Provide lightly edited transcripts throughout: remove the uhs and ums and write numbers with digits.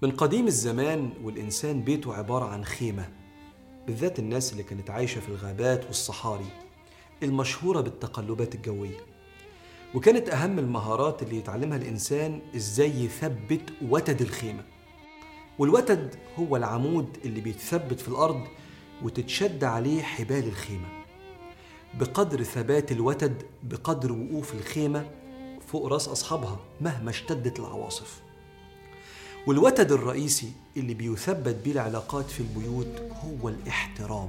من قديم الزمان والإنسان بيته عبارة عن خيمة، بالذات الناس اللي كانت عايشة في الغابات والصحاري المشهورة بالتقلبات الجوية. وكانت أهم المهارات اللي يتعلمها الإنسان إزاي يثبت وتد الخيمة. والوتد هو العمود اللي بيتثبت في الأرض وتتشد عليه حبال الخيمة. بقدر ثبات الوتد بقدر وقوف الخيمة فوق رأس أصحابها مهما اشتدت العواصف. والوتد الرئيسي اللي بيثبت بيه العلاقات في البيوت هو الاحترام.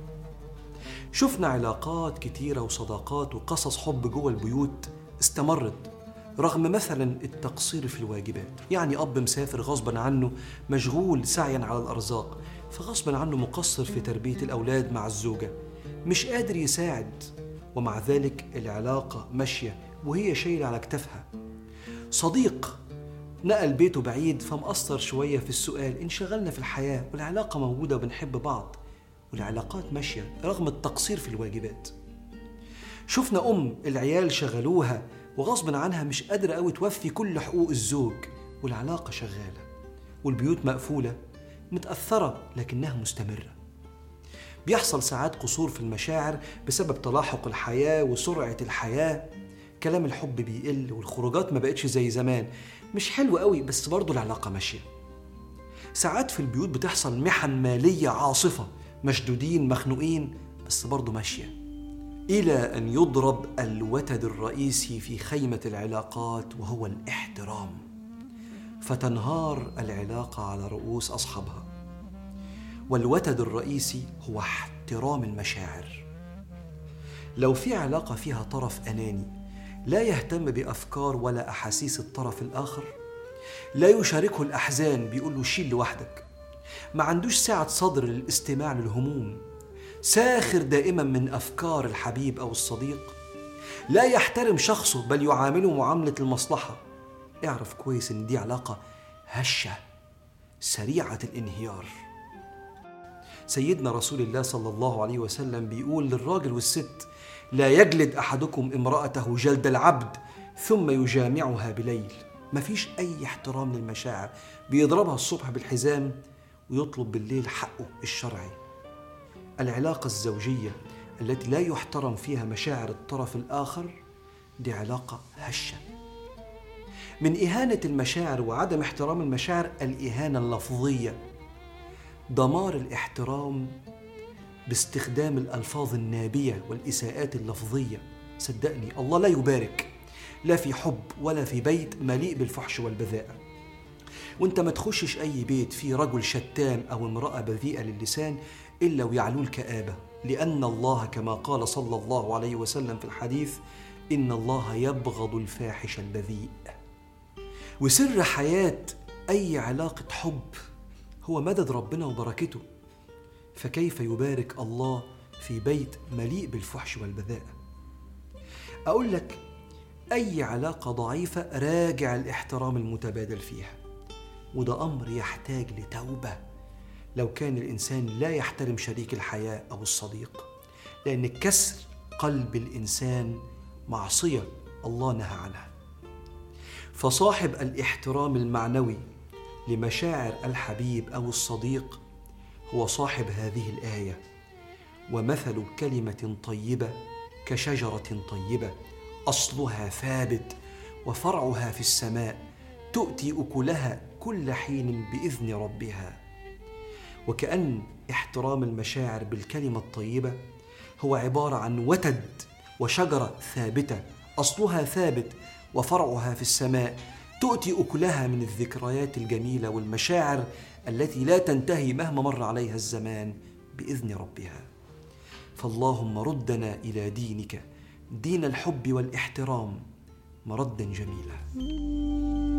شفنا علاقات كتيرة وصداقات وقصص حب جوه البيوت استمرت رغم مثلا التقصير في الواجبات. يعني أب مسافر غصبا عنه مشغول سعيا على الأرزاق، فغصبا عنه مقصر في تربية الأولاد مع الزوجة، مش قادر يساعد، ومع ذلك العلاقة ماشية وهي شايلة على كتفها. صديق نقل بيته بعيد فمقصر شوية في السؤال، انشغلنا في الحياة والعلاقة موجودة وبنحب بعض والعلاقات ماشية رغم التقصير في الواجبات. شفنا العيال شغلوها وغصب عنها مش قادرة قوي توفي كل حقوق الزوج والعلاقة شغالة. والبيوت مقفولة متأثرة لكنها مستمرة. بيحصل ساعات قصور في المشاعر بسبب تلاحق الحياة وسرعة الحياة. كلام الحب بيقل والخروجات ما بقتش زي زمان، مش حلو قوي بس برضو العلاقة ماشية. ساعات في البيوت بتحصل محن مالية عاصفة، مشدودين مخنوقين بس برضو ماشية، إلى أن يضرب الوتد الرئيسي في خيمة العلاقات وهو الاحترام، فتنهار العلاقة على رؤوس أصحابها. والوتد الرئيسي هو احترام المشاعر. لو في علاقة فيها طرف أناني لا يهتم بأفكار ولا أحاسيس الطرف الآخر، لا يشاركه الأحزان، بيقول له شيل لوحدك، ما عندوش سعة صدر للاستماع للهموم، ساخر دائما من أفكار الحبيب أو الصديق، لا يحترم شخصه بل يعامله معاملة المصلحة، اعرف كويس إن دي علاقة هشة سريعة الانهيار. سيدنا رسول الله صلى الله عليه وسلم بيقول للراجل والست: لا يجلد أحدكم امرأته جلد العبد ثم يجامعها بليل. مفيش أي احترام للمشاعر، بيضربها الصبح بالحزام ويطلب بالليل حقه الشرعي. العلاقة الزوجية التي لا يحترم فيها مشاعر الطرف الآخر دي علاقة هشة. من إهانة المشاعر وعدم احترام المشاعر الإهانة اللفظية، دمار الاحترام باستخدام الألفاظ النابية والإساءات اللفظية. صدقني الله لا يبارك لا في حب ولا في بيت مليء بالفحش والبذاءة. وانت ما تخشش أي بيت فيه رجل شتام أو امرأة بذيئة للسان إلا ويعلو الكآبة، لأن الله كما قال صلى الله عليه وسلم في الحديث: إن الله يبغض الفاحش البذيء. وسر حياة أي علاقة حب هو مدد ربنا وبركته، فكيف يبارك الله في بيت مليء بالفحش والبذاءة؟ أقول لك، أي علاقة ضعيفة راجع الاحترام المتبادل فيها، وده أمر يحتاج لتوبة لو كان الإنسان لا يحترم شريك الحياة أو الصديق، لأن كسر قلب الإنسان معصية الله نهى عنها. فصاحب الاحترام المعنوي لمشاعر الحبيب أو الصديق هو صاحب هذه الآية: ومثل كلمة طيبة كشجرة طيبة أصلها ثابت وفرعها في السماء تؤتي أكلها كل حين بإذن ربها. وكأن احترام المشاعر بالكلمة الطيبة هو عبارة عن وتد وشجرة ثابتة أصلها ثابت وفرعها في السماء تؤتي أكلها من الذكريات الجميلة والمشاعر التي لا تنتهي مهما مر عليها الزمان بإذن ربها. فاللهم ردنا إلى دينك، دين الحب والاحترام، مردا جميلا.